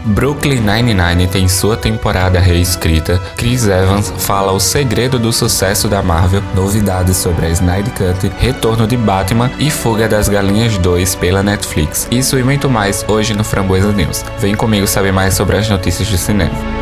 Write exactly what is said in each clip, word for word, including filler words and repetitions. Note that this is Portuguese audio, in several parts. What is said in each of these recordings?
Brooklyn Nine-Nine tem sua temporada reescrita, Chris Evans fala o segredo do sucesso da Marvel, novidades sobre a Snyder Cut, retorno de Batman e Fuga das Galinhas dois pela Netflix. Isso e muito mais hoje no Framboesa News. Vem comigo saber mais sobre as notícias de cinema.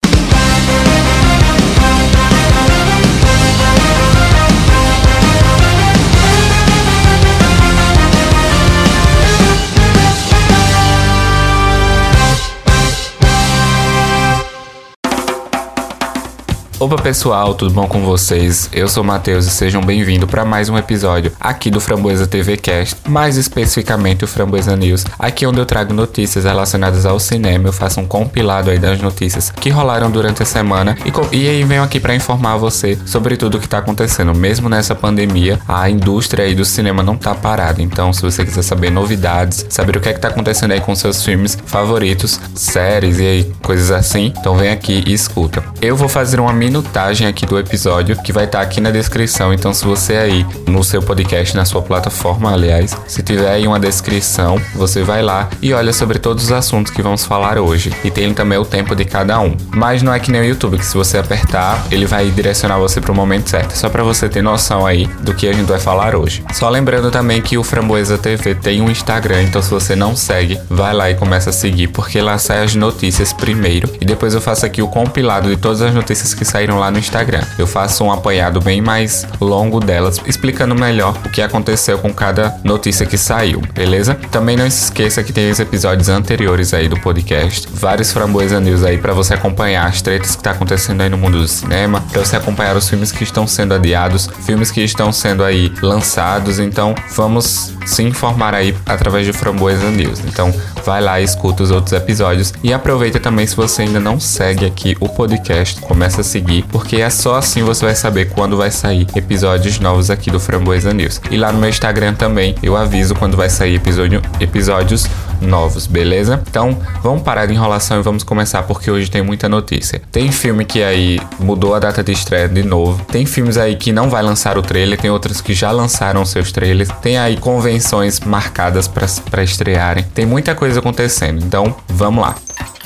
Opa pessoal, tudo bom com vocês? Eu sou o Matheus e sejam bem-vindos para mais um episódio aqui do Framboesa T V Cast, mais especificamente o Framboesa News, aqui onde eu trago notícias relacionadas ao cinema. Eu faço um compilado aí das notícias que rolaram durante a semana e, e aí venho aqui para informar você sobre tudo o que está acontecendo. Mesmo nessa pandemia, a indústria aí do cinema não tá parada, então se você quiser saber novidades, saber o que é que tá acontecendo aí com seus filmes favoritos, séries e aí coisas assim, então vem aqui e escuta. Eu vou fazer uma minutagem aqui do episódio que vai estar aqui na descrição, então se você aí no seu podcast, na sua plataforma, aliás, se tiver aí uma descrição, você vai lá e olha sobre todos os assuntos que vamos falar hoje, e tem também o tempo de cada um, mas não é que nem o YouTube, que se você apertar, ele vai direcionar você para o momento certo, só para você ter noção aí do que a gente vai falar hoje. Só lembrando também que o Framboesa T V tem um Instagram, então se você não segue, vai lá e começa a seguir, porque lá sai as notícias primeiro, e depois eu faço aqui o compilado de todas as notícias que saíram lá no Instagram. Eu faço um apanhado bem mais longo delas, explicando melhor o que aconteceu com cada notícia que saiu, beleza? Também não se esqueça que tem os episódios anteriores aí do podcast, vários Framboesa News aí para você acompanhar as tretas que tá acontecendo aí no mundo do cinema, para você acompanhar os filmes que estão sendo adiados, filmes que estão sendo aí lançados, então vamos se informar aí através de Framboesa News. Então vai lá e escuta os outros episódios e aproveita também, se você ainda não segue aqui o podcast, começa a seguir, porque é só assim você vai saber quando vai sair episódios novos aqui do Framboesa News. E lá no meu Instagram também eu aviso quando vai sair episódio, episódios novos, beleza? Então vamos parar de enrolação e vamos começar, porque hoje tem muita notícia. Tem filme que aí mudou a data de estreia de novo, tem filmes aí que não vai lançar o trailer, tem outros que já lançaram seus trailers, tem aí convenções marcadas para estrearem, tem muita coisa acontecendo, então vamos lá.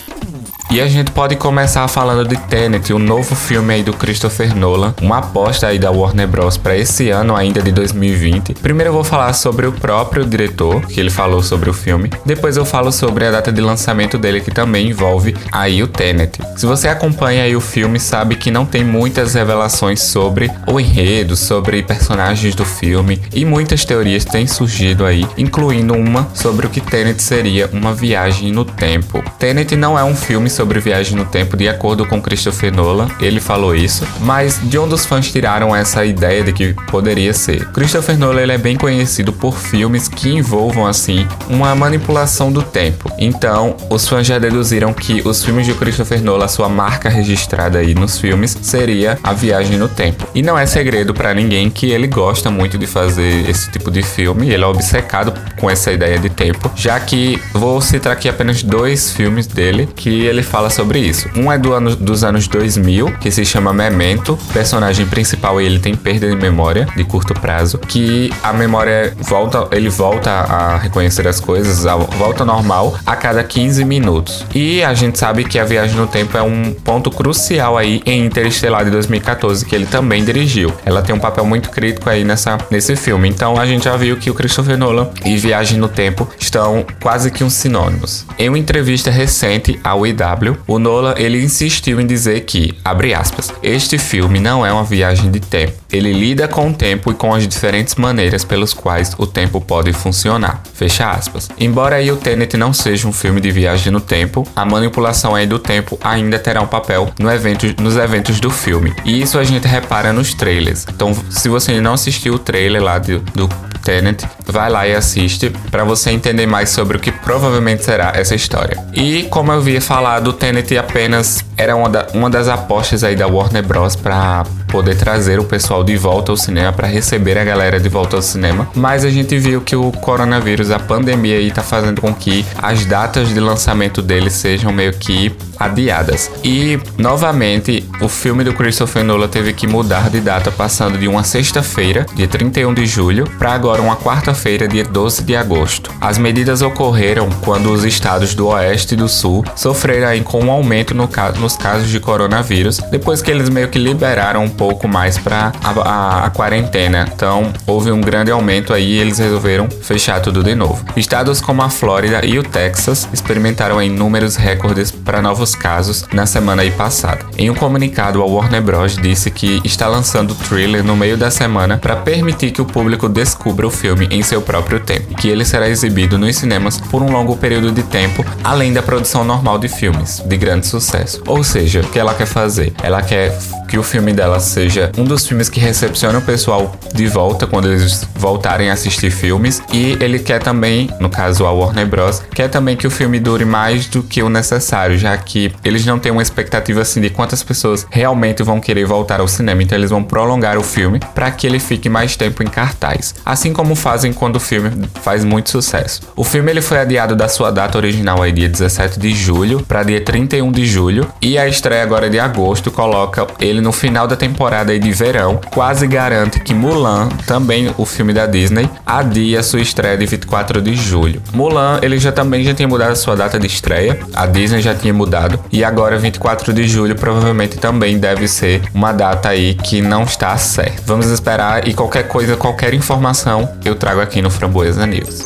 E a gente pode começar falando de Tenet, o novo filme aí do Christopher Nolan, uma aposta aí da Warner Bros para esse ano ainda de dois mil e vinte. Primeiro eu vou falar sobre o próprio diretor, que ele falou sobre o filme. Depois eu falo sobre a data de lançamento dele, que também envolve aí o Tenet. Se você acompanha aí o filme, sabe que não tem muitas revelações sobre o enredo, sobre personagens do filme, e muitas teorias têm surgido aí, incluindo uma sobre o que Tenet seria uma viagem no tempo. Tenet não é um filme sobre viagem no tempo, de acordo com Christopher Nolan, ele falou isso, mas de onde os fãs tiraram essa ideia de que poderia ser? Christopher Nolan ele é bem conhecido por filmes que envolvam assim uma manipulação do tempo, então os fãs já deduziram que os filmes de Christopher Nolan, a sua marca registrada aí nos filmes, seria a viagem no tempo, e não é segredo para ninguém que ele gosta muito de fazer esse tipo de filme, ele é obcecado com essa ideia de tempo, já que vou citar aqui apenas dois filmes dele que ele fala sobre isso. Um é do ano, dos anos dois mil, que se chama Memento. O personagem principal ele tem perda de memória de curto prazo, que a memória volta, ele volta a reconhecer as coisas, a, volta ao normal a cada quinze minutos. E a gente sabe que a viagem no tempo é um ponto crucial aí em Interestelar de dois mil e catorze, que ele também dirigiu. Ela tem um papel muito crítico aí nessa, nesse filme. Então a gente já viu que o Christopher Nolan e viagem no tempo estão quase que uns sinônimos. Em uma entrevista recente ao I W, o Nolan ele insistiu em dizer que, abre aspas, este filme não é uma viagem de tempo. Ele lida com o tempo e com as diferentes maneiras pelas quais o tempo pode funcionar. Fecha aspas. Embora aí o Tenet não seja um filme de viagem no tempo, a manipulação aí do tempo ainda terá um papel no evento, nos eventos do filme. E isso a gente repara nos trailers. Então, se você não assistiu o trailer lá do, do Tenet, vai lá e assiste para você entender mais sobre o que provavelmente será essa história. E como eu havia falado, o Tenet apenas era uma, da, uma das apostas aí da Warner Bros. Para poder trazer o pessoal de volta ao cinema, para receber a galera de volta ao cinema. Mas a gente viu que o coronavírus, a pandemia aí, tá fazendo com que as datas de lançamento dele sejam meio que adiadas. E, novamente, o filme do Christopher Nolan teve que mudar de data, passando de uma sexta-feira, dia trinta e um de julho, para agora uma quarta-feira, dia doze de agosto. As medidas ocorreram quando os estados do Oeste e do Sul sofreram aí com um aumento no caso, nos casos de coronavírus, depois que eles meio que liberaram um pouco mais para a, a, a quarentena. Então, houve um grande aumento aí e eles resolveram fechar tudo de novo. Estados como a Flórida e o Texas experimentaram aí números recordes para novos casos na semana aí passada. Em um comunicado, a Warner Bros. Disse que está lançando o Thriller no meio da semana para permitir que o público descubra o filme em seu próprio tempo, e que ele será exibido nos cinemas por um longo período de tempo, além da produção normal de filmes de grande sucesso. Ou seja, o que ela quer fazer? Ela quer que o filme dela seja um dos filmes que recepciona o pessoal de volta quando eles voltarem a assistir filmes, e ele quer também, no caso a Warner Bros., quer também que o filme dure mais do que o necessário, já que eles não têm uma expectativa assim de quantas pessoas realmente vão querer voltar ao cinema, então eles vão prolongar o filme para que ele fique mais tempo em cartaz, assim como fazem quando o filme faz muito sucesso. O filme ele foi adiado da sua data original aí, dia dezessete de julho, para dia trinta e um de julho, e a estreia agora de agosto coloca ele no final da temporada aí de verão. Quase garante que Mulan, também o filme da Disney, adia sua estreia de vinte e quatro de julho. Mulan, ele já também já tinha mudado a sua data de estreia, a Disney já tinha mudado, e agora vinte e quatro de julho provavelmente também deve ser uma data aí que não está certa. Vamos esperar, e qualquer coisa, qualquer informação eu trago aqui no Framboesa News.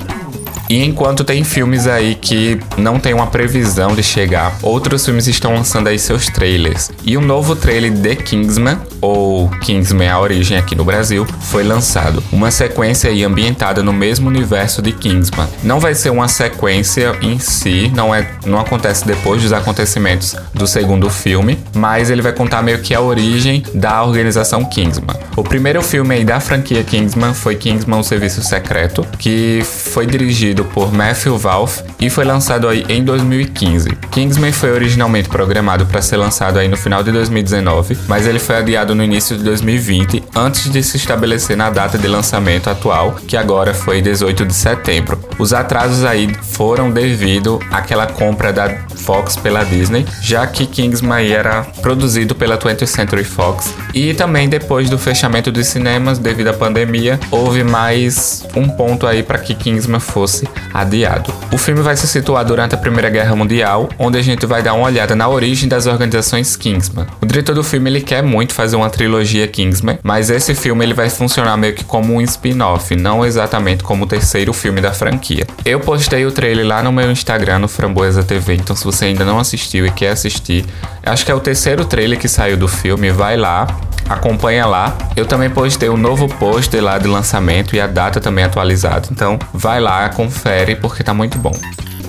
E enquanto tem filmes aí que não tem uma previsão de chegar, outros filmes estão lançando aí seus trailers. E um novo trailer de Kingsman, ou Kingsman A Origem aqui no Brasil, foi lançado. Uma sequência aí ambientada no mesmo universo de Kingsman. Não vai ser uma sequência em si, não, é, não acontece depois dos acontecimentos do segundo filme, mas ele vai contar meio que a origem da organização Kingsman. O primeiro filme aí da franquia Kingsman foi Kingsman O Serviço Secreto, que foi dirigido por Matthew Vaughn e foi lançado aí em dois mil e quinze. Kingsman foi originalmente programado para ser lançado aí no final de dois mil e dezenove, mas ele foi adiado no início de dois mil e vinte, antes de se estabelecer na data de lançamento atual, que agora foi dezoito de setembro. Os atrasos aí foram devido àquela compra da Fox pela Disney, já que Kingsman aí era produzido pela twentieth Century Fox, e também depois do fechamento dos cinemas devido à pandemia, houve mais um ponto aí para que Kingsman fosse adiado. O filme vai se situar durante a Primeira Guerra Mundial, onde a gente vai dar uma olhada na origem das organizações Kingsman. O diretor do filme ele quer muito fazer uma trilogia Kingsman, mas esse filme ele vai funcionar meio que como um spin-off, não exatamente como o terceiro filme da franquia. Eu postei o trailer lá no meu Instagram, no Framboesa T V, então se você ainda não assistiu e quer assistir, acho que é o terceiro trailer que saiu do filme, vai lá, acompanha lá. Eu também postei um novo pôster lá de lançamento e a data também atualizada, então vai lá, confere porque tá muito bom.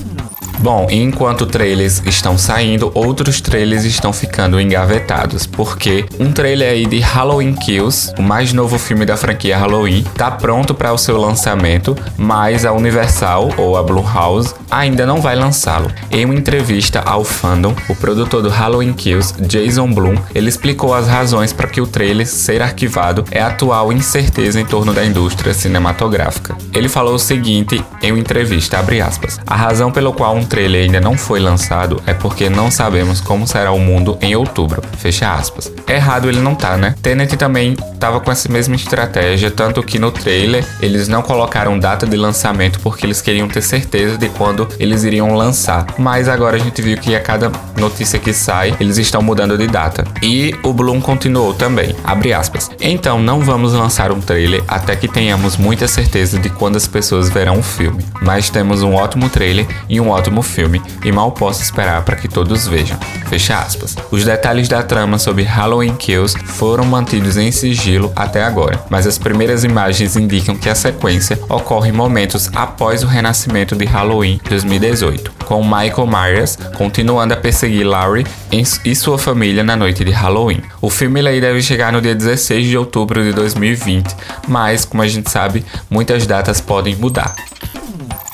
Bom, enquanto trailers estão saindo, outros trailers estão ficando engavetados, porque um trailer aí de Halloween Kills, o mais novo filme da franquia Halloween, tá pronto para o seu lançamento, mas a Universal, ou a Blumhouse, ainda não vai lançá-lo. Em uma entrevista ao fandom, o produtor do Halloween Kills, Jason Blum, ele explicou as razões para que o trailer ser arquivado é a atual incerteza em torno da indústria cinematográfica. Ele falou o seguinte em uma entrevista, abre aspas, a razão pelo qual um trailer ainda não foi lançado é porque não sabemos como será o mundo em outubro, fecha aspas. Errado ele não tá, né? Tenet também tava com essa mesma estratégia, tanto que no trailer eles não colocaram data de lançamento porque eles queriam ter certeza de quando eles iriam lançar, mas agora a gente viu que a cada notícia que sai, eles estão mudando de data. E o Bloom continuou também, abre aspas, então não vamos lançar um trailer até que tenhamos muita certeza de quando as pessoas verão o filme, mas temos um ótimo trailer e um ótimo filme e mal posso esperar para que todos vejam, fecha aspas. Os detalhes da trama sobre Halloween Kills foram mantidos em sigilo até agora, mas as primeiras imagens indicam que a sequência ocorre momentos após o renascimento de Halloween dois mil e dezoito, com Michael Myers continuando a perseguir Laurie e sua família na noite de Halloween. O filme aí deve chegar no dia dezesseis de outubro de dois mil e vinte, mas como a gente sabe, muitas datas podem mudar.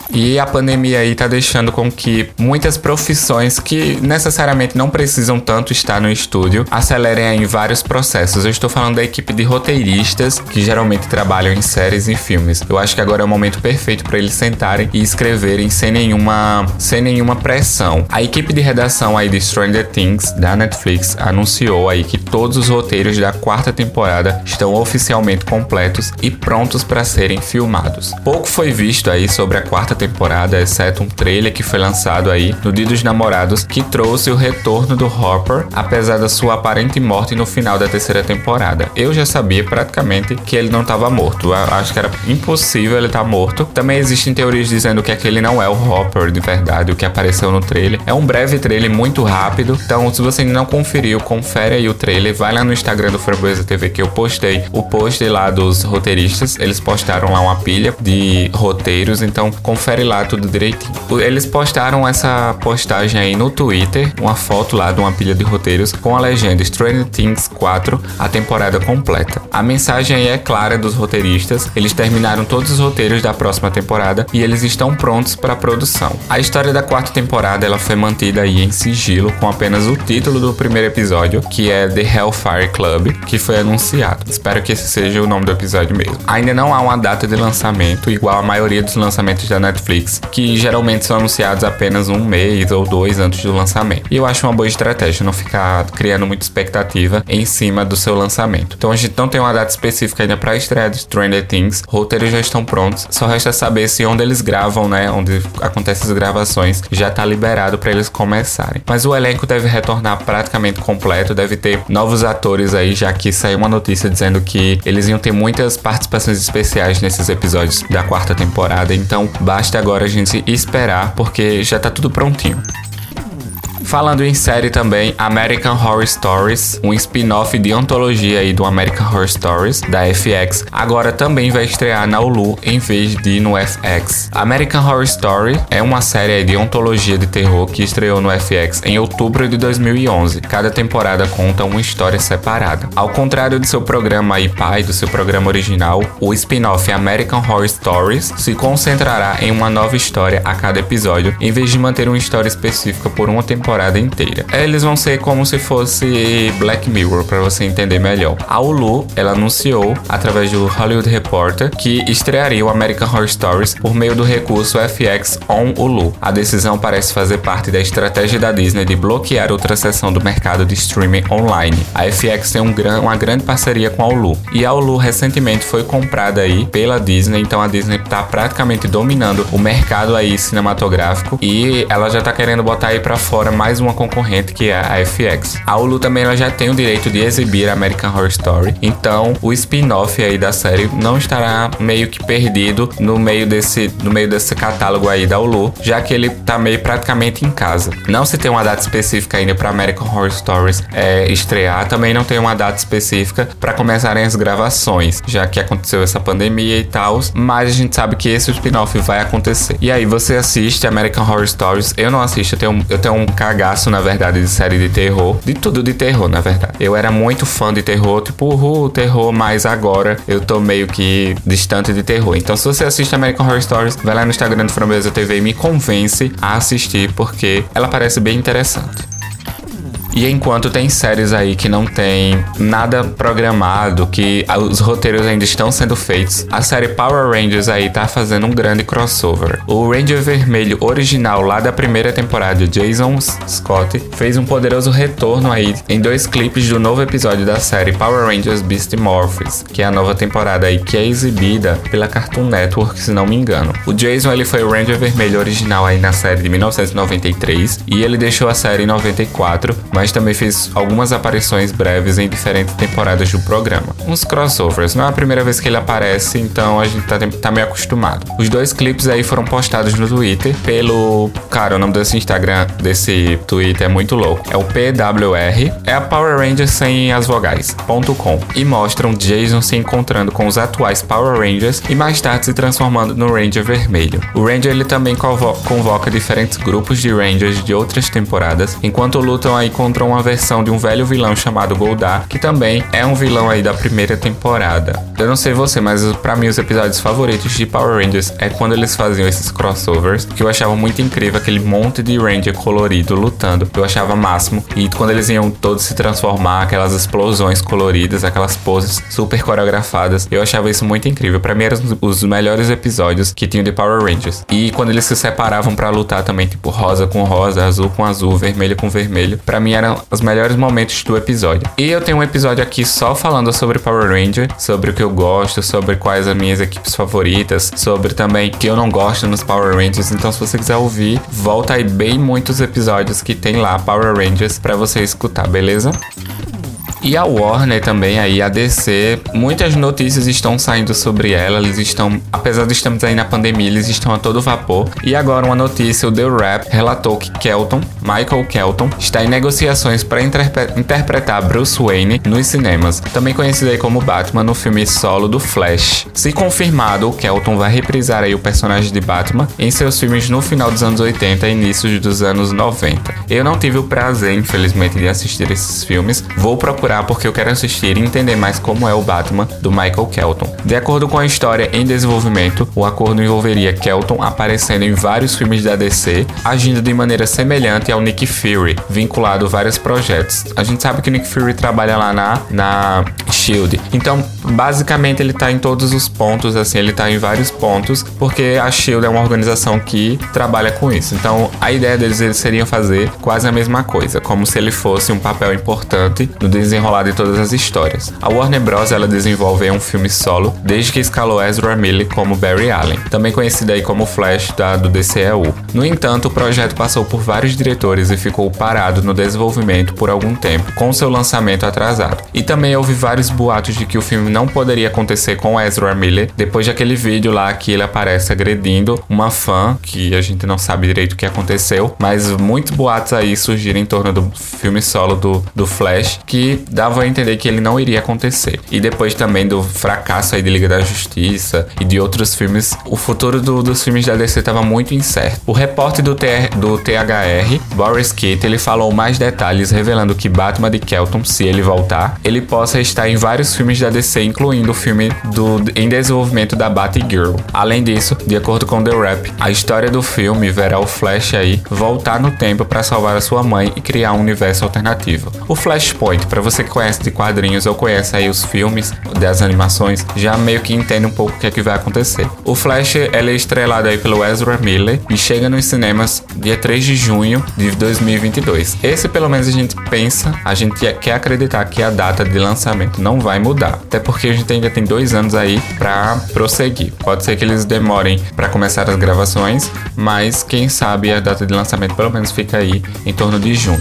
E a pandemia aí tá deixando com que muitas profissões que necessariamente não precisam tanto estar no estúdio acelerem aí vários processos. Eu estou falando da equipe de roteiristas que geralmente trabalham em séries e filmes. Eu acho que agora é o momento perfeito para eles sentarem e escreverem sem nenhuma, sem nenhuma pressão. A equipe de redação aí de Stranger Things da Netflix anunciou aí que todos os roteiros da quarta temporada estão oficialmente completos e prontos para serem filmados. Pouco foi visto aí sobre a quarta temporada, exceto um trailer que foi lançado aí no Dia dos Namorados, que trouxe o retorno do Hopper, apesar da sua aparente morte no final da terceira temporada. Eu já sabia praticamente que ele não estava morto. Eu acho que era impossível ele estar morto. Também existem teorias dizendo que aquele não é o Hopper de verdade, o que apareceu no trailer. É um breve trailer muito rápido, então se você ainda não conferiu, confere aí o trailer, vai lá no Instagram do Framboesa T V que eu postei o post lá dos roteiristas. Eles postaram lá uma pilha de roteiros, então confere lá tudo direitinho. Eles postaram essa postagem aí no Twitter, uma foto lá de uma pilha de roteiros com a legenda Stranger Things quatro, a temporada completa. A mensagem aí é clara dos roteiristas, eles terminaram todos os roteiros da próxima temporada e eles estão prontos para a produção. A história da quarta temporada ela foi mantida aí em sigilo com apenas o título do primeiro episódio, que é The Hellfire Club, que foi anunciado. Espero que esse seja o nome do episódio mesmo. Ainda não há uma data de lançamento, igual a maioria dos lançamentos da Netflix, que geralmente são anunciados apenas um mês ou dois antes do lançamento. E eu acho uma boa estratégia não ficar criando muita expectativa em cima do seu lançamento. Então a gente não tem uma data específica ainda para a estreia de Stranger Things, roteiros já estão prontos, só resta saber se onde eles gravam, né, onde acontecem as gravações, já tá liberado para eles começarem. Mas o elenco deve retornar praticamente completo, deve ter novos atores aí, já que saiu uma notícia dizendo que eles iam ter muitas participações especiais nesses episódios da quarta temporada, então basta agora a gente esperar, porque já tá tudo prontinho. Falando em série também, American Horror Stories, um spin-off de antologia aí do American Horror Stories, da F X, agora também vai estrear na Hulu em vez de no F X. American Horror Story é uma série aí de antologia de terror que estreou no F X em outubro de dois mil e onze. Cada temporada conta uma história separada. Ao contrário do seu programa aí pai, do seu programa original, o spin-off American Horror Stories se concentrará em uma nova história a cada episódio, em vez de manter uma história específica por uma temporada inteira. Eles vão ser como se fosse Black Mirror, para você entender melhor. A Hulu, ela anunciou, através do Hollywood Reporter, que estrearia o American Horror Stories por meio do recurso F X on Hulu. A decisão parece fazer parte da estratégia da Disney de bloquear outra seção do mercado de streaming online. A F X tem um gran, uma grande parceria com a Hulu, e a Hulu recentemente foi comprada aí pela Disney, então a Disney está praticamente dominando o mercado aí cinematográfico, e ela já está querendo botar aí para fora mais mais uma concorrente, que é a F X. A Hulu também ela já tem o direito de exibir American Horror Story, então o spin-off aí da série não estará meio que perdido no meio desse, no meio desse catálogo aí da Hulu, já que ele tá meio praticamente em casa. Não se tem uma data específica ainda para American Horror Stories é, estrear, também não tem uma data específica para começarem as gravações, já que aconteceu essa pandemia e tal, mas a gente sabe que esse spin-off vai acontecer. E aí, você assiste American Horror Stories? Eu não assisto, eu tenho, eu tenho um cagaço, na verdade, de série de terror, de tudo de terror, na verdade. Eu era muito fã de terror, tipo, uhul, terror, mas agora eu tô meio que distante de terror. Então, se você assiste American Horror Stories, vai lá no Instagram do Framboesa T V e me convence a assistir, porque ela parece bem interessante. E enquanto tem séries aí que não tem nada programado, que os roteiros ainda estão sendo feitos, a série Power Rangers aí tá fazendo um grande crossover. O Ranger Vermelho original lá da primeira temporada, Jason Scott, fez um poderoso retorno aí em dois clipes do novo episódio da série Power Rangers Beast Morphers, que é a nova temporada aí que é exibida pela Cartoon Network, se não me engano. O Jason, ele foi o Ranger Vermelho original aí na série de mil novecentos e noventa e três, e ele deixou a série em noventa e quatro, mas também fez algumas aparições breves em diferentes temporadas do programa. Uns crossovers, não é a primeira vez que ele aparece, então a gente tá, tá meio acostumado. Os dois clipes aí foram postados no Twitter pelo... Cara, o nome desse Instagram, desse Twitter é muito louco. É o P W R, é a Power Rangers sem as vogais, ponto com. E mostram Jason se encontrando com os atuais Power Rangers e mais tarde se transformando no Ranger Vermelho. O Ranger, ele também convo- convoca diferentes grupos de Rangers de outras temporadas, enquanto lutam aí com encontram uma versão de um velho vilão chamado Goldar, que também é um vilão aí da primeira temporada. Eu não sei você, mas pra mim os episódios favoritos de Power Rangers é quando eles faziam esses crossovers, que eu achava muito incrível, aquele monte de Ranger colorido lutando, eu achava máximo. E quando eles iam todos se transformar, aquelas explosões coloridas, aquelas poses super coreografadas, eu achava isso muito incrível. Pra mim eram os melhores episódios que tinham de Power Rangers. E quando eles se separavam pra lutar também, tipo rosa com rosa, azul com azul, vermelho com vermelho, pra mim eram os melhores momentos do episódio. E eu tenho um episódio aqui só falando sobre Power Ranger, sobre o que eu gosto, sobre quais as minhas equipes favoritas, sobre também o que eu não gosto nos Power Rangers. Então se você quiser ouvir, volta aí bem muitos episódios que tem lá Power Rangers pra você escutar, beleza? E a Warner também, aí a D C, muitas notícias estão saindo sobre ela, eles estão, apesar de estarmos aí na pandemia, eles estão a todo vapor. E agora uma notícia, o The Wrap relatou que Keaton, Michael Keaton, está em negociações para interpre- interpretar Bruce Wayne nos cinemas, também conhecido aí como Batman no filme solo do Flash. Se confirmado, o Keaton vai reprisar aí o personagem de Batman em seus filmes no final dos anos oitenta e início dos anos noventa. Eu não tive o prazer, infelizmente, de assistir esses filmes, vou procurar porque eu quero assistir e entender mais como é o Batman do Michael Keaton. De acordo com a história em desenvolvimento, o acordo envolveria Keaton aparecendo em vários filmes da D C, agindo de maneira semelhante ao Nick Fury, vinculado a vários projetos. A gente sabe que o Nick Fury trabalha lá na, na Shield, então basicamente ele tá em todos os pontos, assim, ele tá em vários pontos, porque a Shield é uma organização que trabalha com isso. Então a ideia deles eles seriam fazer quase a mesma coisa, como se ele fosse um papel importante no desenvolvimento de todas as histórias. A Warner Bros. Ela desenvolveu um filme solo desde que escalou Ezra Miller como Barry Allen, também conhecido aí como Flash da, do D C E U. No entanto, o projeto passou por vários diretores e ficou parado no desenvolvimento por algum tempo, com seu lançamento atrasado. E também houve vários boatos de que o filme não poderia acontecer com Ezra Miller, depois daquele vídeo lá que ele aparece agredindo uma fã, que a gente não sabe direito o que aconteceu, mas muitos boatos aí surgiram em torno do filme solo do, do Flash, que dava a entender que ele não iria acontecer. E depois também do fracasso aí de Liga da Justiça e de outros filmes, o futuro do, dos filmes da D C estava muito incerto. O repórter do, T- do T H R, Boris Kitt, ele falou mais detalhes, revelando que Batman de Keaton, se ele voltar, ele possa estar em vários filmes da D C, incluindo o filme do, em desenvolvimento da Batgirl. Além disso, de acordo com The Wrap, a história do filme verá o Flash aí voltar no tempo para salvar a sua mãe e criar um universo alternativo. O Flashpoint, para você que conhece de quadrinhos ou conhece aí os filmes das animações, já meio que entende um pouco o que é que vai acontecer. O Flash, ele é estrelado aí pelo Ezra Miller e chega nos cinemas dia três de junho de dois mil e vinte e dois. Esse, pelo menos, a gente pensa, a gente quer acreditar que a data de lançamento não vai mudar, até porque a gente ainda tem dois anos aí para prosseguir. Pode ser que eles demorem para começar as gravações, mas quem sabe a data de lançamento pelo menos fica aí em torno de junho.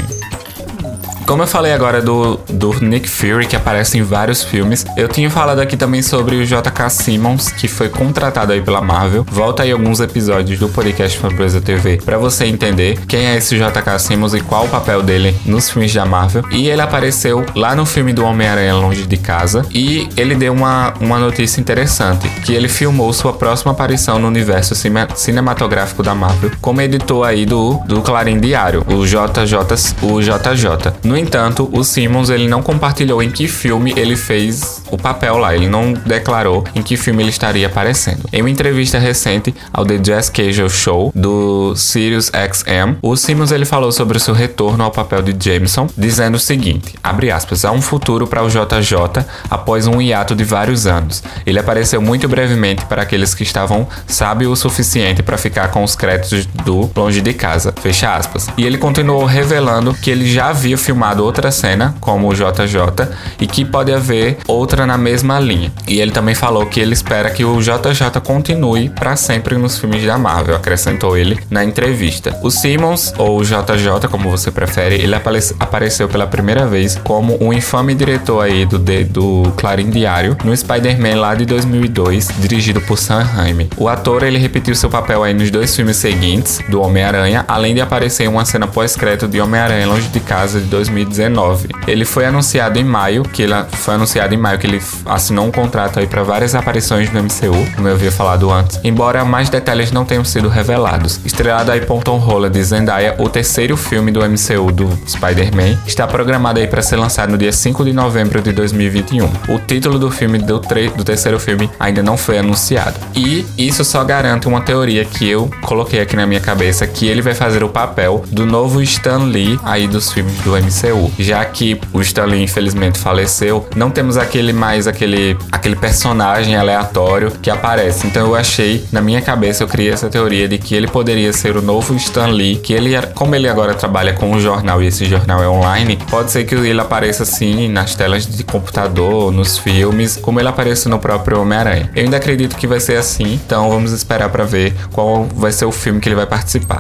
Como eu falei agora do, do Nick Fury, que aparece em vários filmes, eu tinha falado aqui também sobre o J K. Simmons, que foi contratado aí pela Marvel. Volta aí alguns episódios do podcast Framboesa T V pra você entender quem é esse J K. Simmons e qual o papel dele nos filmes da Marvel. E ele apareceu lá no filme do Homem-Aranha Longe de Casa e ele deu uma, uma notícia interessante, que ele filmou sua próxima aparição no universo cine- cinematográfico da Marvel como editor aí do, do Clarim Diário, o J J, o J J. No entanto, o Simmons ele não compartilhou em que filme ele fez o papel lá, ele não declarou em que filme ele estaria aparecendo. Em uma entrevista recente ao The Jazz Casual Show do Sirius X M, o Simmons ele falou sobre o seu retorno ao papel de Jameson, dizendo o seguinte, abre aspas, há um futuro para o J J após um hiato de vários anos. Ele apareceu muito brevemente para aqueles que estavam sábios o suficiente para ficar com os créditos do Longe de Casa, fecha aspas. E ele continuou revelando que ele já havia filmado outra cena, como o J J, e que pode haver outra na mesma linha. E ele também falou que ele espera que o J J continue para sempre nos filmes da Marvel, acrescentou ele na entrevista. O Simmons, ou J J, como você prefere, ele apare- apareceu pela primeira vez como um infame diretor aí do, de, do Clarim Diário no Spider-Man lá de dois mil e dois, dirigido por Sam Raimi. O ator, ele repetiu seu papel aí nos dois filmes seguintes do Homem-Aranha, além de aparecer em uma cena pós-crédito de Homem-Aranha Longe de Casa de dois mil e dezenove. Ele foi anunciado em maio, que ele foi anunciado em maio que que ele assinou um contrato aí para várias aparições no M C U, como eu havia falado antes, embora mais detalhes não tenham sido revelados. Estrelado aí por Tom Holland e Zendaya, o terceiro filme do M C U do Spider-Man está programado aí para ser lançado no dia cinco de novembro de dois mil e vinte e um. O título do filme do, do terceiro filme ainda não foi anunciado. E isso só garante uma teoria que eu coloquei aqui na minha cabeça, que ele vai fazer o papel do novo Stan Lee aí dos filmes do M C U. Já que o Stan Lee infelizmente faleceu, não temos aquele mais aquele, aquele personagem aleatório que aparece. Então eu achei, na minha cabeça, eu criei essa teoria de que ele poderia ser o novo Stan Lee, que ele, como ele agora trabalha com um jornal e esse jornal é online, pode ser que ele apareça assim nas telas de computador, nos filmes, como ele aparece no próprio Homem-Aranha. Eu ainda acredito que vai ser assim, então vamos esperar para ver qual vai ser o filme que ele vai participar.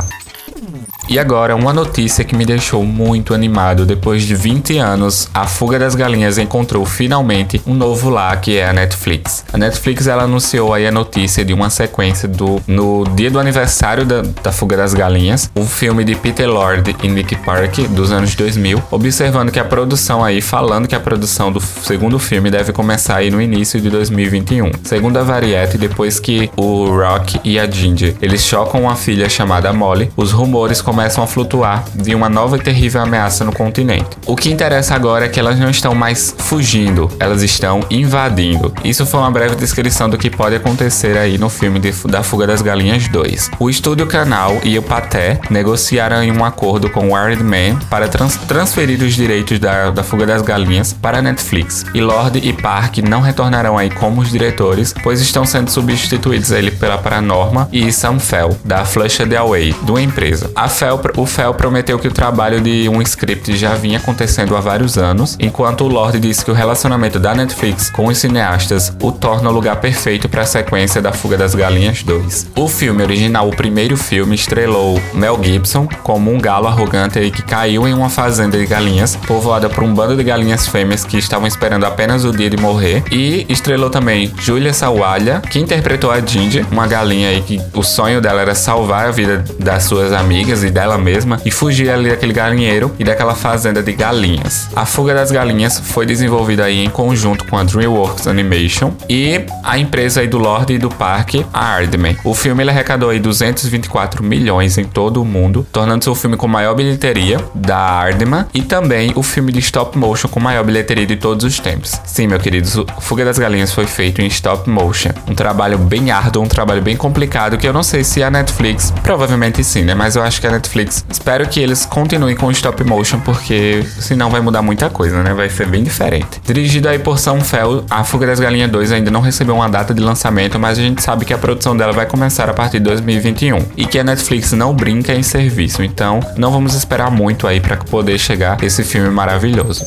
E agora, uma notícia que me deixou muito animado. Depois de vinte anos, a Fuga das Galinhas encontrou finalmente um novo lar, que é a Netflix. A Netflix, ela anunciou aí a notícia de uma sequência do no dia do aniversário da, da Fuga das Galinhas, o filme de Peter Lorre e Nick Park dos anos dois mil, observando que a produção aí, falando que a produção do segundo filme deve começar aí no início de dois mil e vinte e um. Segundo a Variety, depois que o Rock e a Ginger, eles chocam uma filha chamada Molly, os rumores começam começam a flutuar de uma nova e terrível ameaça no continente. O que interessa agora é que elas não estão mais fugindo, elas estão invadindo. Isso foi uma breve descrição do que pode acontecer aí no filme de, da Fuga das Galinhas dois. O Estúdio Canal e o Pathé negociaram em um acordo com o Iron Man para trans, transferir os direitos da, da Fuga das Galinhas para a Netflix. E Lorde e Park não retornarão aí como os diretores, pois estão sendo substituídos aí pela Paranorma e Sam Fell, da Flushed Away, de uma empresa. A Fell, o Fell prometeu que o trabalho de um script já vinha acontecendo há vários anos, enquanto o Lorde disse que o relacionamento da Netflix com os cineastas o torna o lugar perfeito para a sequência da Fuga das Galinhas dois. O filme original, o primeiro filme, estrelou Mel Gibson como um galo arrogante aí que caiu em uma fazenda de galinhas, povoada por um bando de galinhas fêmeas que estavam esperando apenas o dia de morrer, e estrelou também Julia Sawalha, que interpretou a Ginger, uma galinha aí que o sonho dela era salvar a vida das suas amigas e dela mesma e fugir ali daquele galinheiro e daquela fazenda de galinhas. A Fuga das Galinhas foi desenvolvida aí em conjunto com a DreamWorks Animation e a empresa aí do Lorde e do Park, a Aardman. O filme ele arrecadou aí duzentos e vinte e quatro milhões em todo o mundo, tornando-se o filme com maior bilheteria da Aardman e também o filme de stop motion com maior bilheteria de todos os tempos. Sim, meu queridos, o Fuga das Galinhas foi feito em stop motion. Um trabalho bem árduo, um trabalho bem complicado, que eu não sei se a Netflix, provavelmente sim, né? Mas eu acho que a Netflix, espero que eles continuem com o stop motion, porque senão vai mudar muita coisa, né? Vai ser bem diferente. Dirigido aí por Sam Fell, a Fuga das Galinhas dois ainda não recebeu uma data de lançamento, mas a gente sabe que a produção dela vai começar a partir de dois mil e vinte e um e que a Netflix não brinca em serviço, então não vamos esperar muito aí para poder chegar esse filme maravilhoso.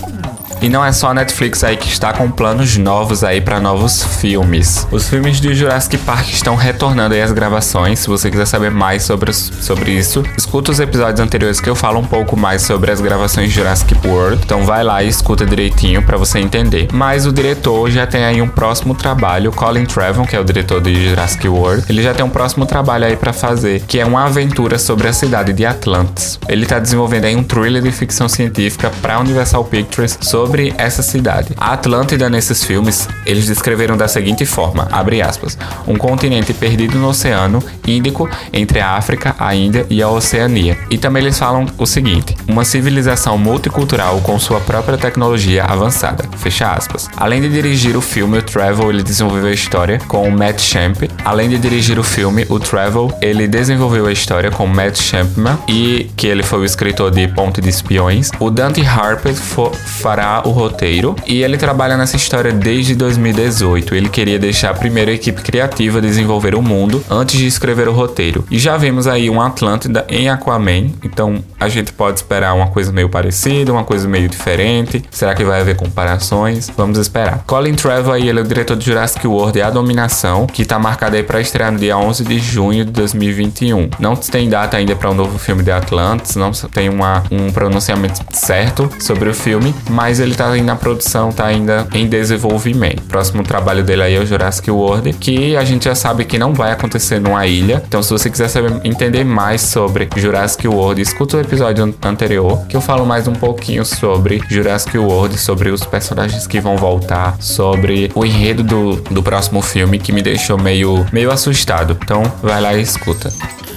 E não é só a Netflix aí que está com planos novos aí para novos filmes. Os filmes de Jurassic Park estão retornando aí às gravações. Se você quiser saber mais sobre, sobre isso, escuta os episódios anteriores que eu falo um pouco mais sobre as gravações de Jurassic World. Então vai lá e escuta direitinho para você entender. Mas o diretor já tem aí um próximo trabalho, Colin Trevorrow, que é o diretor de Jurassic World. Ele já tem um próximo trabalho aí para fazer, que é uma aventura sobre a cidade de Atlantis. Ele tá desenvolvendo aí um thriller de ficção científica para Universal Pictures sobre sobre essa cidade. A Atlântida nesses filmes, eles descreveram da seguinte forma, abre aspas, um continente perdido no Oceano Índico entre a África, a Índia e a Oceania. E também eles falam o seguinte, uma civilização multicultural com sua própria tecnologia avançada, fecha aspas. Além de dirigir o filme, o Trevorrow, ele desenvolveu a história com o Matt Champ. Além de dirigir o filme, o Trevorrow, ele desenvolveu a história com o Matt Champman, e que ele foi o escritor de Ponte de Espiões. O Dante Harper fará o roteiro e ele trabalha nessa história desde dois mil e dezoito. Ele queria deixar primeiro a equipe criativa desenvolver o mundo antes de escrever o roteiro. E já vimos aí um Atlântida em Aquaman, então a gente pode esperar uma coisa meio parecida, uma coisa meio diferente. Será que vai haver comparações? Vamos esperar. Colin Trevorrow aí, ele é o diretor de Jurassic World e A Dominação, que tá marcado aí para estrear no dia onze de junho de dois mil e vinte e um. Não tem data ainda para um novo filme de Atlantis, não tem uma, um pronunciamento certo sobre o filme, mas ele ele tá ainda na produção, tá ainda em desenvolvimento. O próximo trabalho dele aí é o Jurassic World, que a gente já sabe que não vai acontecer numa ilha. Então, se você quiser saber, entender mais sobre Jurassic World, escuta o episódio anterior, que eu falo mais um pouquinho sobre Jurassic World, sobre os personagens que vão voltar, sobre o enredo do, do próximo filme, que me deixou meio, meio assustado. Então, vai lá e escuta.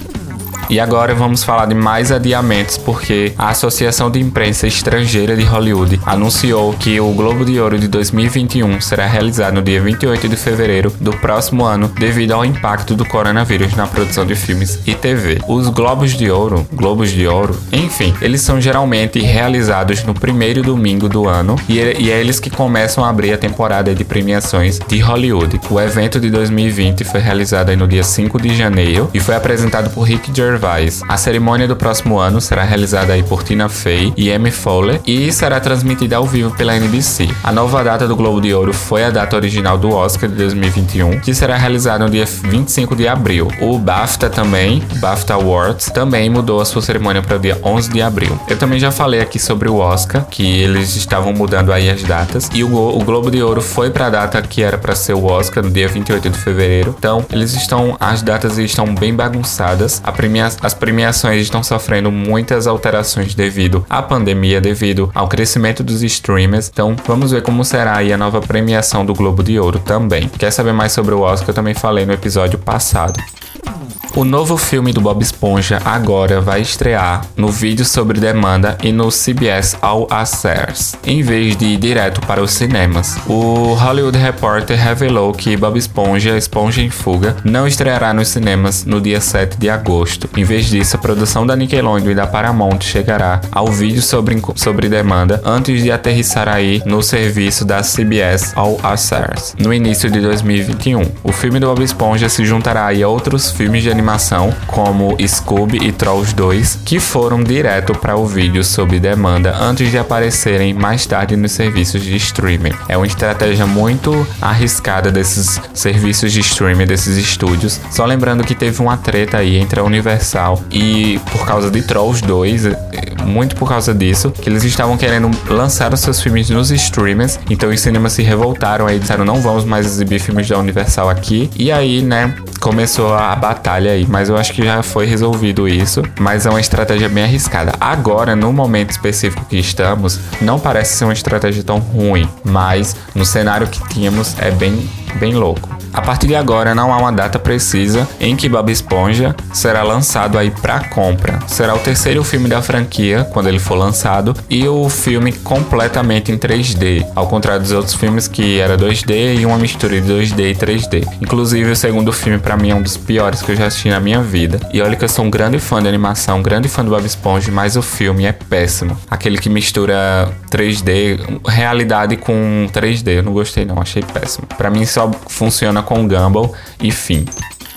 E agora vamos falar de mais adiamentos, porque a Associação de Imprensa Estrangeira de Hollywood anunciou que o Globo de Ouro de dois mil e vinte e um será realizado no dia vinte e oito de fevereiro do próximo ano, devido ao impacto do coronavírus na produção de filmes e T V. Os Globos de Ouro, Globos de Ouro, enfim, eles são geralmente realizados no primeiro domingo do ano, e é eles que começam a abrir a temporada de premiações de Hollywood. O evento de dois mil e vinte foi realizado aí no dia cinco de janeiro e foi apresentado por Rick Gervais. A cerimônia do próximo ano será realizada aí por Tina Fey e Amy Fowler e será transmitida ao vivo pela N B C. A nova data do Globo de Ouro foi a data original do Oscar de dois mil e vinte e um, que será realizada no dia vinte e cinco de abril. O BAFTA também, BAFTA Awards, também mudou a sua cerimônia para o dia onze de abril. Eu também já falei aqui sobre o Oscar, que eles estavam mudando aí as datas, e o, o Globo de Ouro foi para a data que era para ser o Oscar, no dia vinte e oito de fevereiro. Então, eles estão, as datas estão bem bagunçadas. A premiação As premiações estão sofrendo muitas alterações devido à pandemia, devido ao crescimento dos streamers. Então, vamos ver como será aí a nova premiação do Globo de Ouro também. Quer saber mais sobre o Oscar? Eu também falei no episódio passado. O novo filme do Bob Esponja agora vai estrear no Vídeo Sobre Demanda e no C B S All Access, em vez de ir direto para os cinemas. O Hollywood Reporter revelou que Bob Esponja, Esponja em Fuga, não estreará nos cinemas no dia sete de agosto. Em vez disso, a produção da Nickelodeon e da Paramount chegará ao Vídeo Sobre, sobre Demanda antes de aterrissar aí no serviço da C B S All Access, no início de dois mil e vinte e um. O filme do Bob Esponja se juntará aí a outros filmes de animação como Scooby e Trolls dois, que foram direto para o Vídeo Sob Demanda antes de aparecerem mais tarde nos serviços de streaming. É uma estratégia muito arriscada desses serviços de streaming, desses estúdios. Só lembrando que teve uma treta aí entre a Universal e, por causa de Trolls dois, muito por causa disso, que eles estavam querendo lançar os seus filmes nos streamers. Então os cinemas se revoltaram aí, disseram não vamos mais exibir filmes da Universal aqui. E aí, né, começou a batalha aí, mas eu acho que já foi resolvido isso, mas é uma estratégia bem arriscada. Agora, no momento específico que estamos, não parece ser uma estratégia tão ruim, mas no cenário que tínhamos é bem, bem louco. A partir de agora não há uma data precisa em que Bob Esponja será lançado aí para compra. Será o terceiro filme da franquia quando ele for lançado e o filme completamente em três D, ao contrário dos outros filmes que era dois D e uma mistura de dois D e três D. Inclusive o segundo filme para mim é um dos piores que eu já assisti na minha vida. E olha que eu sou um grande fã de animação, um grande fã do Bob Esponja, mas o filme é péssimo. Aquele que mistura três D, realidade com três D, eu não gostei não, achei péssimo. Para mim só funciona com Gumball e fim.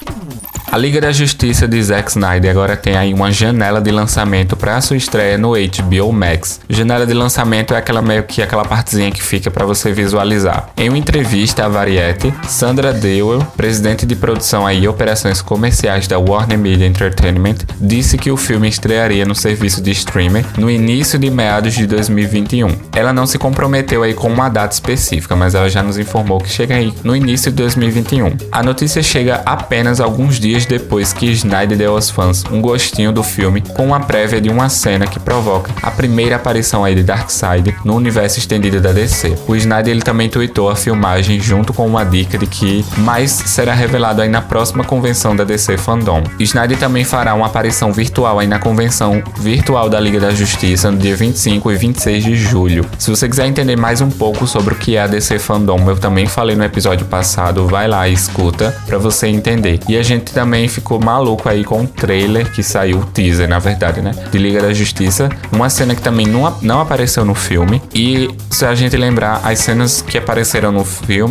A Liga da Justiça de Zack Snyder agora tem aí uma janela de lançamento para sua estreia no H B O Max. Janela de lançamento é aquela meio que aquela partezinha que fica para você visualizar. Em uma entrevista à Variety, Sandra Dewell, presidente de produção aí e operações comerciais da Warner Media Entertainment, disse que o filme estrearia no serviço de streaming no início de meados de dois mil e vinte e um. Ela não se comprometeu aí com uma data específica, mas ela já nos informou que chega aí no início de dois mil e vinte e um. A notícia chega apenas alguns dias depois que Snyder deu aos fãs um gostinho do filme com uma prévia de uma cena que provoca a primeira aparição aí de Darkseid no universo estendido da D C. O Snyder ele também tweetou a filmagem junto com uma dica de que mais será revelado aí na próxima convenção da D C Fandom. Snyder também fará uma aparição virtual aí na convenção virtual da Liga da Justiça no dia vinte e cinco e vinte e seis de julho. Se você quiser entender mais um pouco sobre o que é a D C Fandom, eu também falei no episódio passado, vai lá e escuta pra você entender. E a gente também Também ficou maluco aí com o trailer que saiu, o teaser na verdade, né, de Liga da Justiça, uma cena que também não, não apareceu no filme. E se a gente lembrar, as cenas que apareceram no filme,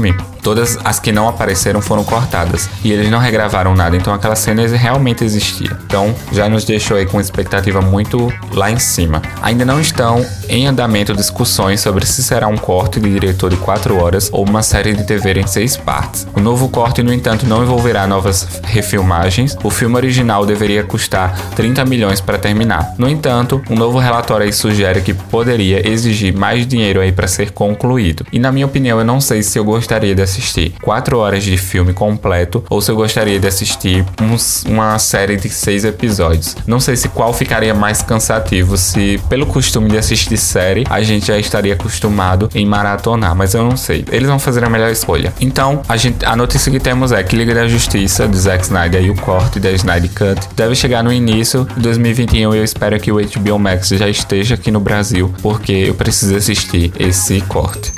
Todas as que não apareceram foram cortadas e eles não regravaram nada, então aquela cena realmente existia. Então já nos deixou aí com expectativa muito lá em cima. Ainda não estão em andamento discussões sobre se será um corte de diretor de quatro horas ou uma série de T V em seis partes. O novo corte, no entanto, não envolverá novas refilmagens. O filme original deveria custar trinta milhões para terminar. No entanto, um novo relatório aí sugere que poderia exigir mais dinheiro aí para ser concluído. E na minha opinião, eu não sei se eu gostaria de assistir quatro horas de filme completo ou se eu gostaria de assistir uns, uma série de seis episódios. Não sei se qual ficaria mais cansativo, se pelo costume de assistir série a gente já estaria acostumado em maratonar, mas eu não sei. Eles vão fazer a melhor escolha. Então, a, gente, a notícia que temos é que Liga da Justiça, de Zack Snyder e o corte da Snyder Cut deve chegar no início de dois mil e vinte e um e eu espero que o H B O Max já esteja aqui no Brasil, porque eu preciso assistir esse corte.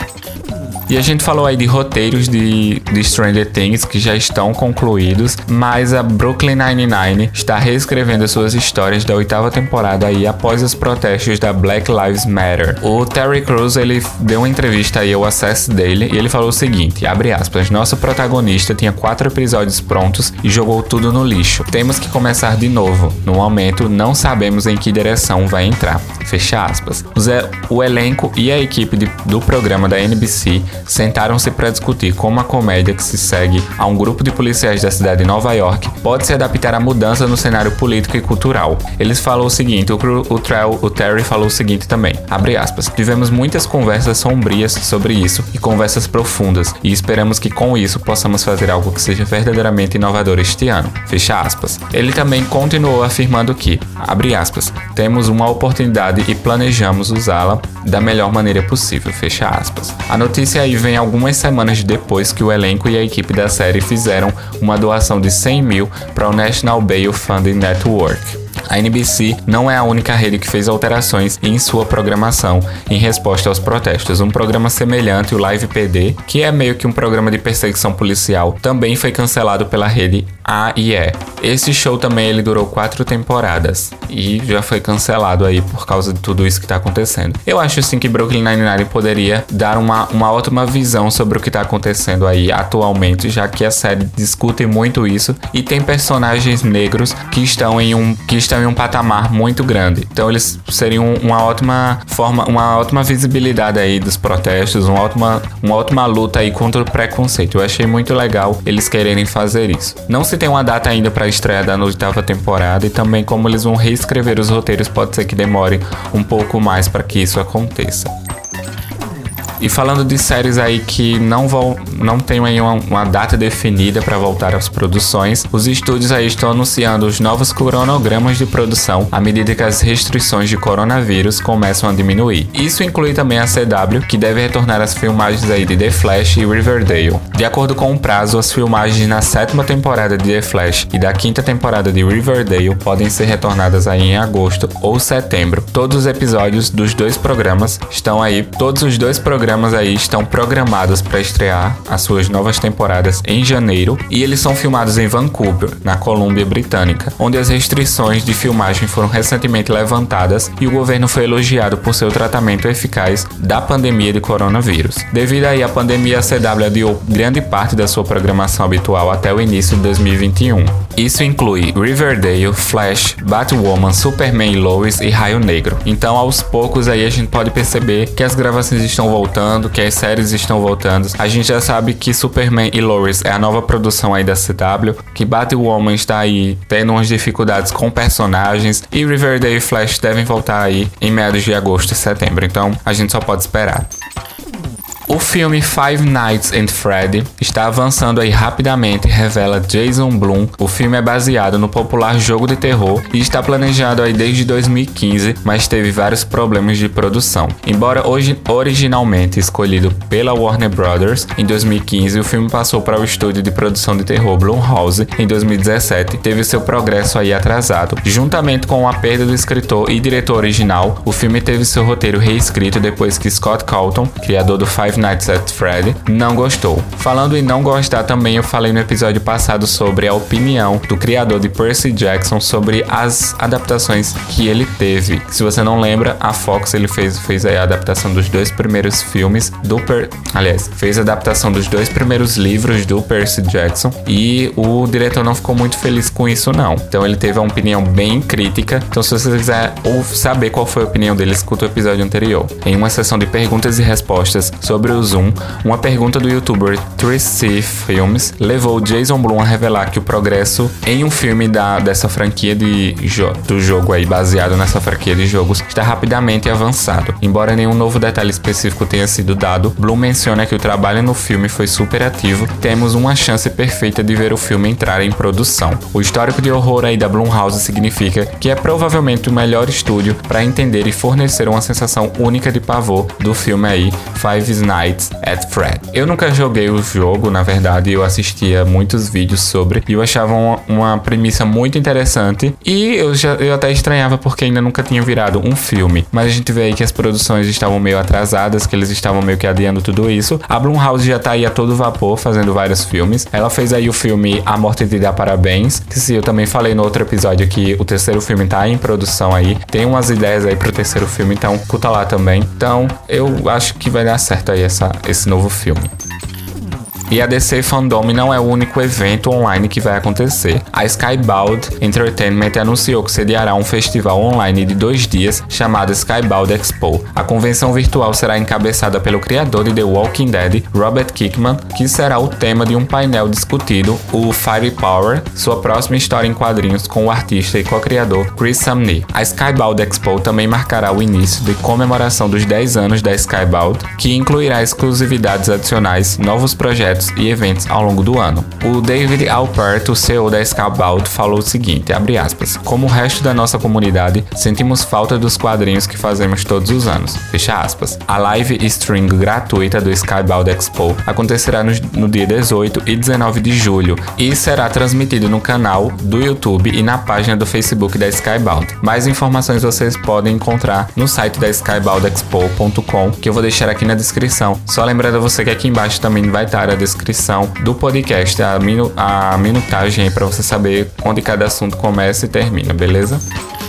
E a gente falou aí de roteiros de, de Stranger Things que já estão concluídos, mas a Brooklyn Nine-Nine está reescrevendo suas histórias da oitava temporada aí após os protestos da Black Lives Matter. O Terry Crews, ele deu uma entrevista aí ao Access dele e ele falou o seguinte, abre aspas, nosso protagonista tinha quatro episódios prontos e jogou tudo no lixo. Temos que começar de novo. No momento, não sabemos em que direção vai entrar. Fecha aspas. O elenco e a equipe de, do programa da N B C sentaram-se para discutir como a comédia que se segue a um grupo de policiais da cidade de Nova York pode se adaptar à mudança no cenário político e cultural. Eles falaram o seguinte, o, o, Trell, o Terry falou o seguinte também, abre aspas, tivemos muitas conversas sombrias sobre isso e conversas profundas e esperamos que com isso possamos fazer algo que seja verdadeiramente inovador este ano. Fecha aspas. Ele também continuou afirmando que, abre aspas, temos uma oportunidade e planejamos usá-la da melhor maneira possível. Fecha aspas. A notícia aí vem algumas semanas depois que o elenco e a equipe da série fizeram uma doação de cem mil para o National Bail Funding Network. A N B C não é a única rede que fez alterações em sua programação em resposta aos protestos. Um programa semelhante, o Live P D, que é meio que um programa de perseguição policial, também foi cancelado pela rede A e E. Esse show também ele durou quatro temporadas e já foi cancelado aí por causa de tudo isso que está acontecendo. Eu acho sim que Brooklyn Nine-Nine poderia dar uma, uma ótima visão sobre o que está acontecendo aí atualmente, já que a série discute muito isso e tem personagens negros que estão em um que estão em um patamar muito grande. Então eles seriam uma ótima forma, uma ótima visibilidade aí dos protestos, uma ótima, uma ótima luta aí contra o preconceito. Eu achei muito legal eles quererem fazer isso. Não se tem uma data ainda para a estreia da oitava temporada e também como eles vão reescrever os roteiros, pode ser que demore um pouco mais para que isso aconteça. E falando de séries aí que não vão, não tem aí uma, uma data definida para voltar às produções, os estúdios aí estão anunciando os novos cronogramas de produção à medida que as restrições de coronavírus começam a diminuir. Isso inclui também a C W, que deve retornar às filmagens aí de The Flash e Riverdale. De acordo com o prazo, as filmagens na sétima temporada de The Flash e da quinta temporada de Riverdale podem ser retornadas aí em agosto ou setembro. Todos os episódios dos dois programas estão aí, todos os dois programas programas aí estão programados para estrear as suas novas temporadas em janeiro e eles são filmados em Vancouver, na Colômbia Britânica, onde as restrições de filmagem foram recentemente levantadas e o governo foi elogiado por seu tratamento eficaz da pandemia de coronavírus. Devido aí à pandemia, a C W adiou grande parte da sua programação habitual até o início de dois mil e vinte e um. Isso inclui Riverdale, Flash, Batwoman, Superman e Lois e Raio Negro. Então, aos poucos aí a gente pode perceber que as gravações estão voltando, que as séries estão voltando. A gente já sabe que Superman e Lois é a nova produção aí da C W, que Batwoman está aí tendo umas dificuldades com personagens e Riverdale e Flash devem voltar aí em meados de agosto e setembro. Então, a gente só pode esperar. O filme Five Nights at Freddy está avançando aí rapidamente e revela Jason Blum. O filme é baseado no popular jogo de terror e está planejado aí desde dois mil e quinze, mas teve vários problemas de produção. Embora hoje originalmente escolhido pela Warner Brothers em dois mil e quinze, o filme passou para o estúdio de produção de terror Blumhouse em dois mil e dezessete e teve seu progresso aí atrasado. Juntamente com a perda do escritor e diretor original, o filme teve seu roteiro reescrito depois que Scott Cawthon, criador do Five Nights Nights at Freddy, não gostou. Falando em não gostar também, eu falei no episódio passado sobre a opinião do criador de Percy Jackson sobre as adaptações que ele teve. Se você não lembra, a Fox ele fez, fez a adaptação dos dois primeiros filmes do Per... Aliás, fez a adaptação dos dois primeiros livros do Percy Jackson e o diretor não ficou muito feliz com isso não. Então ele teve uma opinião bem crítica. Então se você quiser ou saber qual foi a opinião dele, escuta o episódio anterior. Em uma sessão de perguntas e respostas sobre o Zoom, uma pergunta do youtuber três C Films levou Jason Blum a revelar que o progresso em um filme da, dessa franquia de jo- do jogo aí, baseado nessa franquia de jogos, está rapidamente avançado. Embora nenhum novo detalhe específico tenha sido dado, Blum menciona que o trabalho no filme foi super ativo. Temos uma chance perfeita de ver o filme entrar em produção. O histórico de horror aí da Blumhouse significa que é provavelmente o melhor estúdio para entender e fornecer uma sensação única de pavor do filme aí, Five Nights at Freddy. Eu nunca joguei o jogo, na verdade, eu assistia muitos vídeos sobre e eu achava uma, uma premissa muito interessante e eu, já, eu até estranhava porque ainda nunca tinha virado um filme, mas a gente vê aí que as produções estavam meio atrasadas, que eles estavam meio que adiando tudo isso. A Blumhouse já tá aí a todo vapor fazendo vários filmes. Ela fez aí o filme A Morte Te Dá Parabéns, que se eu também falei no outro episódio que o terceiro filme tá em produção aí, tem umas ideias aí pro terceiro filme, então escuta lá também. Então eu acho que vai dar certo aí essa, esse novo filme. E a D C Fandom não é o único evento online que vai acontecer. A Skybound Entertainment anunciou que sediará um festival online de dois dias chamado Skybound Expo. A convenção virtual será encabeçada pelo criador de The Walking Dead, Robert Kirkman, que será o tema de um painel discutido, o Firepower, sua próxima história em quadrinhos com o artista e co-criador Chris Samnee. A Skybound Expo também marcará o início de comemoração dos dez anos da Skybound, que incluirá exclusividades adicionais, novos projetos e eventos ao longo do ano. O David Alpert, o C E O da Skybound, falou o seguinte, abre aspas, como o resto da nossa comunidade, sentimos falta dos quadrinhos que fazemos todos os anos, fecha aspas. A live stream gratuita do Skybound Expo acontecerá no, no dia dezoito e dezenove de julho e será transmitido no canal do YouTube e na página do Facebook da Skybound. Mais informações vocês podem encontrar no site da skybound expo ponto com, que eu vou deixar aqui na descrição. Só lembrando a você que aqui embaixo também vai estar a descrição do podcast, a, minu- a minutagem aí para você saber onde cada assunto começa e termina, beleza?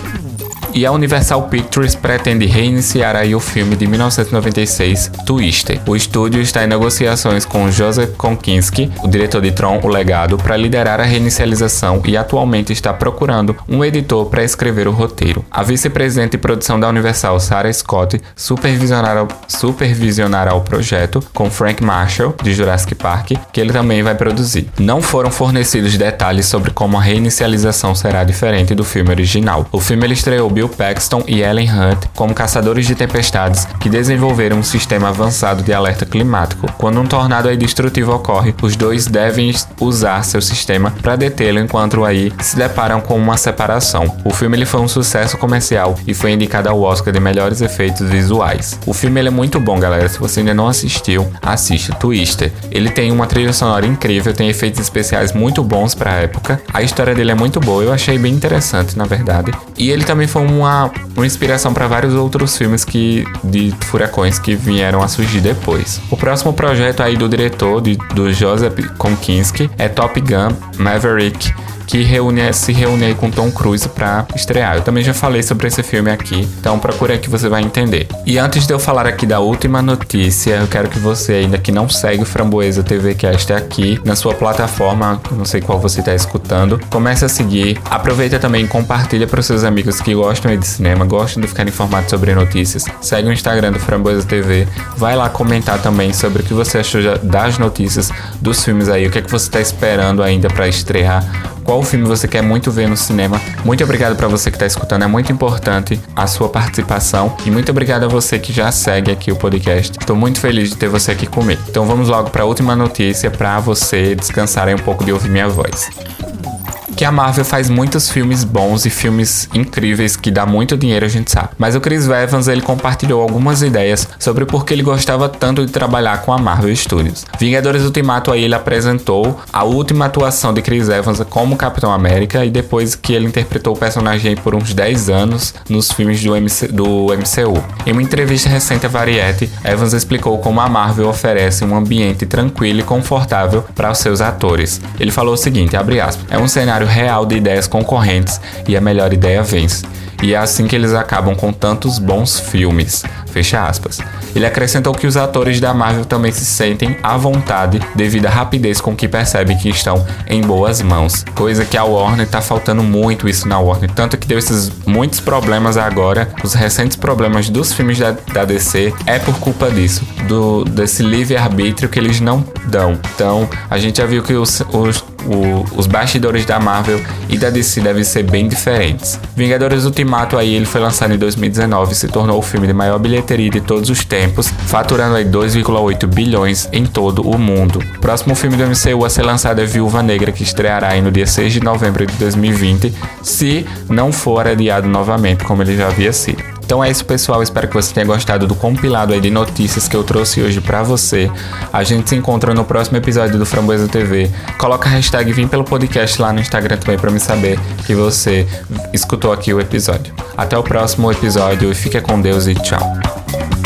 E a Universal Pictures pretende reiniciar aí o filme de mil novecentos e noventa e seis, Twister. O estúdio está em negociações com Joseph Kosinski, o diretor de Tron, o Legado, para liderar a reinicialização e atualmente está procurando um editor para escrever o roteiro. A vice-presidente de produção da Universal, Sarah Scott, supervisionará, supervisionará o projeto com Frank Marshall, de Jurassic Park, que ele também vai produzir. Não foram fornecidos detalhes sobre como a reinicialização será diferente do filme original. O filme ele estreou Bill Paxton e Ellen Hunt como caçadores de tempestades que desenvolveram um sistema avançado de alerta climático. Quando um tornado aí destrutivo ocorre, os dois devem usar seu sistema para detê-lo enquanto aí se deparam com uma separação. O filme ele foi um sucesso comercial e foi indicado ao Oscar de melhores efeitos visuais. O filme ele é muito bom, galera. Se você ainda não assistiu, assista Twister. Ele tem uma trilha sonora incrível, tem efeitos especiais muito bons para a época. A história dele é muito boa, eu achei bem interessante, na verdade. E ele também foi Uma, uma inspiração para vários outros filmes que, de furacões que vieram a surgir depois. O próximo projeto aí do diretor, de, do Joseph Kosinski, é Top Gun Maverick, que reúne, se reúne aí com Tom Cruise para estrear. Eu também já falei sobre esse filme aqui, então procura aí que você vai entender. E antes de eu falar aqui da última notícia, eu quero que você ainda que não segue o Framboesa T V Cast aqui na sua plataforma, não sei qual você está escutando, comece a seguir. Aproveita também e compartilha para os seus amigos que gostam de cinema, gostam de ficar informados sobre notícias. Segue o Instagram do Framboesa T V, vai lá comentar também sobre o que você achou das notícias dos filmes aí, o que é que você está esperando ainda para estrear, qual filme você quer muito ver no cinema. Muito obrigado para você que está escutando, é muito importante a sua participação e muito obrigado a você que já segue aqui o podcast. Estou muito feliz de ter você aqui comigo. Então vamos logo para a última notícia para você descansar aí um pouco de ouvir minha voz. Que a Marvel faz muitos filmes bons e filmes incríveis que dá muito dinheiro, a gente sabe. Mas o Chris Evans, ele compartilhou algumas ideias sobre por que ele gostava tanto de trabalhar com a Marvel Studios. Vingadores Ultimato aí ele apresentou a última atuação de Chris Evans como Capitão América e depois que ele interpretou o personagem por uns dez anos nos filmes do, M C, do M C U. Em uma entrevista recente à Variety, Evans explicou como a Marvel oferece um ambiente tranquilo e confortável para os seus atores. Ele falou o seguinte, abre aspas, é um cenário real de ideias concorrentes e a melhor ideia vence. E é assim que eles acabam com tantos bons filmes. Fecha aspas. Ele acrescentou que os atores da Marvel também se sentem à vontade devido à rapidez com que percebem que estão em boas mãos. Coisa que a Warner tá faltando muito isso na Warner. Tanto que deu esses muitos problemas agora. Os recentes problemas dos filmes da, da D C é por culpa disso. Do, desse livre-arbítrio que eles não dão. Então, a gente já viu que os, os, o, os bastidores da Marvel e da D C devem ser bem diferentes. Vingadores Ultimato aí, ele foi lançado em dois mil e dezenove e se tornou o filme de maior bilheteria de todos os tempos, faturando aí dois vírgula oito bilhões em todo o mundo. O próximo filme do M C U a ser lançado é Viúva Negra, que estreará aí no dia seis de novembro de dois mil e vinte, se não for adiado novamente, como ele já havia sido. Então é isso, pessoal, espero que você tenha gostado do compilado aí de notícias que eu trouxe hoje pra você. A gente se encontra no próximo episódio do Framboesa T V. Coloca a hashtag Vim Pelo Podcast lá no Instagram também pra me saber que você escutou aqui o episódio. Até o próximo episódio e fique com Deus e tchau.